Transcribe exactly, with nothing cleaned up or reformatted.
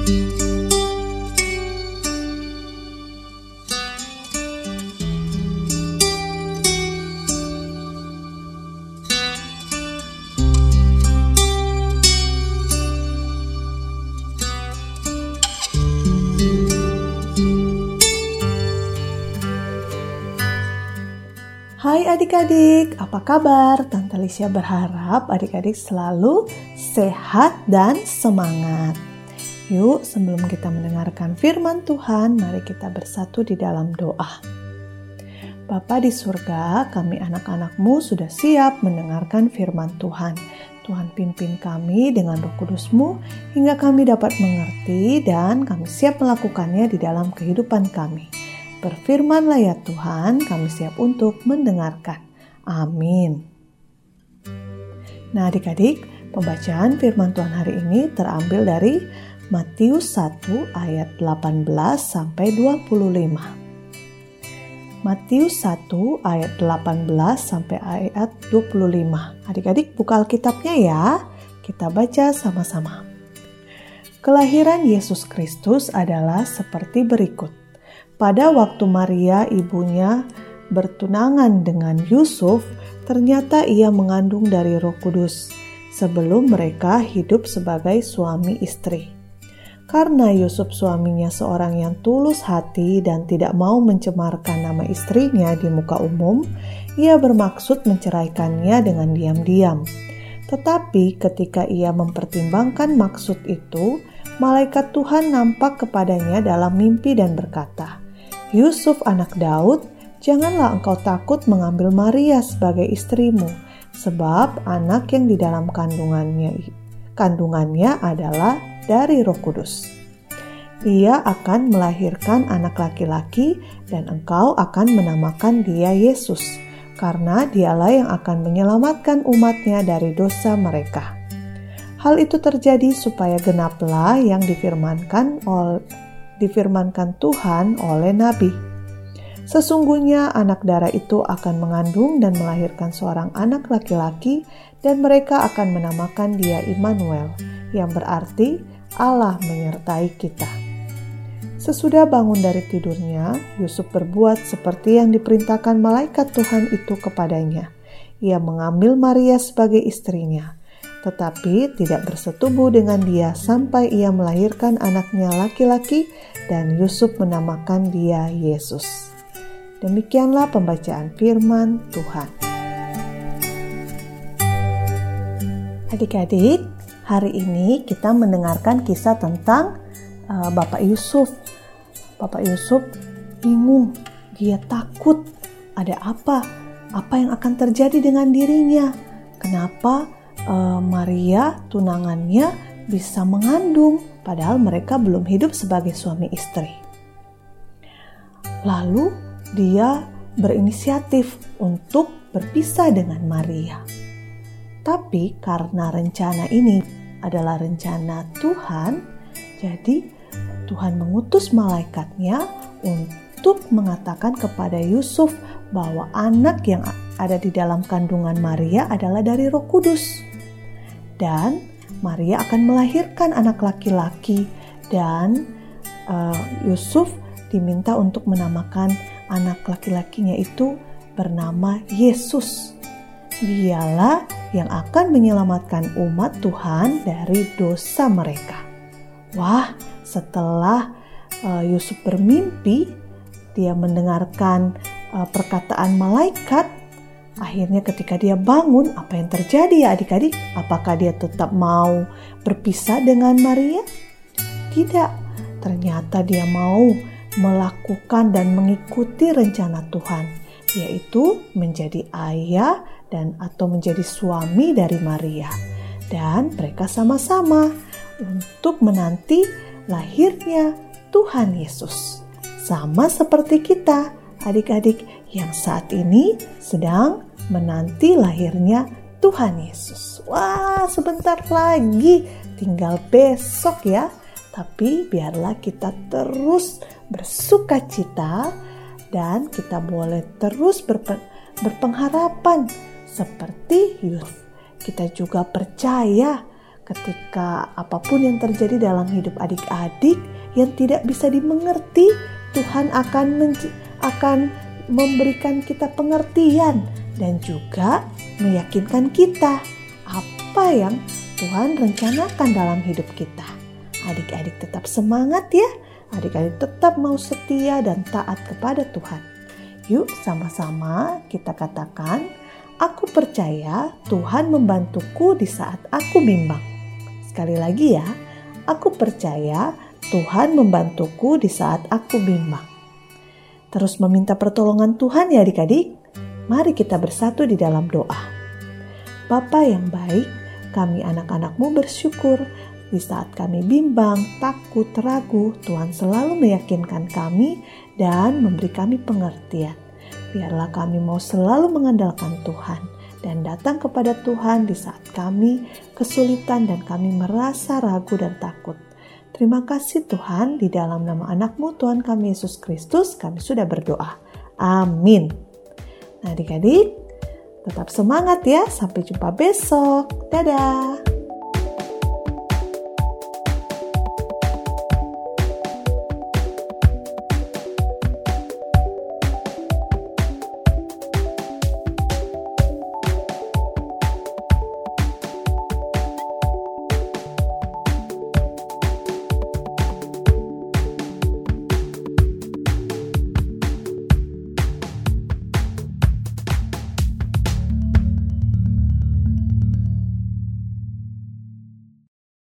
Hai adik-adik, apa kabar? Tante Lisha berharap adik-adik selalu sehat dan semangat. Yuk, sebelum kita mendengarkan firman Tuhan, mari kita bersatu di dalam doa. Bapa di surga, kami anak-anak-Mu sudah siap mendengarkan firman Tuhan. Tuhan pimpin kami dengan Roh Kudus-Mu hingga kami dapat mengerti dan kami siap melakukannya di dalam kehidupan kami. Berfirmanlah ya Tuhan, kami siap untuk mendengarkan. Amin. Nah adik-adik, pembacaan firman Tuhan hari ini terambil dari Matius satu ayat delapan belas sampai dua puluh lima. Matius satu ayat delapan belas sampai ayat dua puluh lima. Adik-adik buka Alkitabnya ya, kita baca sama-sama. Kelahiran Yesus Kristus adalah seperti berikut. Pada waktu Maria ibunya bertunangan dengan Yusuf, ternyata ia mengandung dari Roh Kudus sebelum mereka hidup sebagai suami istri. Karena Yusuf suaminya seorang yang tulus hati dan tidak mau mencemarkan nama istrinya di muka umum, ia bermaksud menceraikannya dengan diam-diam. Tetapi ketika ia mempertimbangkan maksud itu, malaikat Tuhan nampak kepadanya dalam mimpi dan berkata, Yusuf anak Daud, janganlah engkau takut mengambil Maria sebagai istrimu, sebab anak yang di dalam kandungannya, kandungannya adalah dari Roh Kudus. Ia akan melahirkan anak laki-laki dan engkau akan menamakan dia Yesus, karena dialah yang akan menyelamatkan umatnya dari dosa mereka. Hal itu terjadi supaya genaplah yang difirmankan oleh difirmankan Tuhan oleh Nabi. Sesungguhnya anak darah itu akan mengandung dan melahirkan seorang anak laki-laki dan mereka akan menamakan dia Immanuel, yang berarti Allah menyertai kita. Sesudah bangun dari tidurnya, Yusuf berbuat seperti yang diperintahkan malaikat Tuhan itu kepadanya. Ia mengambil Maria sebagai istrinya, tetapi tidak bersetubuh dengan dia sampai ia melahirkan anaknya laki-laki dan Yusuf menamakan dia Yesus. Demikianlah pembacaan firman Tuhan. Adik-adik, hari ini kita mendengarkan kisah tentang uh, Bapak Yusuf. Bapak Yusuf bingung, dia takut. Ada apa? Apa yang akan terjadi dengan dirinya? Kenapa Uh, Maria tunangannya bisa mengandung padahal mereka belum hidup sebagai suami istri. Lalu dia berinisiatif untuk berpisah dengan Maria. Tapi karena rencana ini adalah rencana Tuhan, jadi Tuhan mengutus malaikatnya untuk mengatakan kepada Yusuf bahwa anak yang ada di dalam kandungan Maria adalah dari Roh Kudus. Dan Maria akan melahirkan anak laki-laki dan uh, Yusuf diminta untuk menamakan anak laki-lakinya itu bernama Yesus. Dialah yang akan menyelamatkan umat Tuhan dari dosa mereka. Wah, setelah uh, Yusuf bermimpi, dia mendengarkan uh, perkataan malaikat. Akhirnya ketika dia bangun, apa yang terjadi ya adik-adik? Apakah dia tetap mau berpisah dengan Maria? Tidak, ternyata dia mau melakukan dan mengikuti rencana Tuhan, yaitu menjadi ayah dan atau menjadi suami dari Maria. Dan mereka sama-sama untuk menanti lahirnya Tuhan Yesus. Sama seperti kita, adik-adik yang saat ini sedang menanti lahirnya Tuhan Yesus. Wah, sebentar lagi, tinggal besok ya. Tapi biarlah kita terus bersuka cita dan kita boleh terus berpe- berpengharapan seperti Yusuf. Kita juga percaya ketika apapun yang terjadi dalam hidup adik-adik yang tidak bisa dimengerti, Tuhan akan men- akan memberikan kita pengertian dan juga meyakinkan kita apa yang Tuhan rencanakan dalam hidup kita. Adik-adik tetap semangat ya, adik-adik tetap mau setia dan taat kepada Tuhan. Yuk sama-sama kita katakan, aku percaya Tuhan membantuku di saat aku bimbang. Sekali lagi ya, aku percaya Tuhan membantuku di saat aku bimbang. Terus meminta pertolongan Tuhan ya adik-adik. Mari kita bersatu di dalam doa. Bapa yang baik, kami anak-anak-Mu bersyukur di saat kami bimbang, takut, ragu, Tuhan selalu meyakinkan kami dan memberi kami pengertian. Biarlah kami mau selalu mengandalkan Tuhan dan datang kepada Tuhan di saat kami kesulitan dan kami merasa ragu dan takut. Terima kasih Tuhan, di dalam nama anak-Mu Tuhan kami Yesus Kristus kami sudah berdoa. Amin. Nah adik-adik, tetap semangat ya, sampai jumpa besok. Dadah.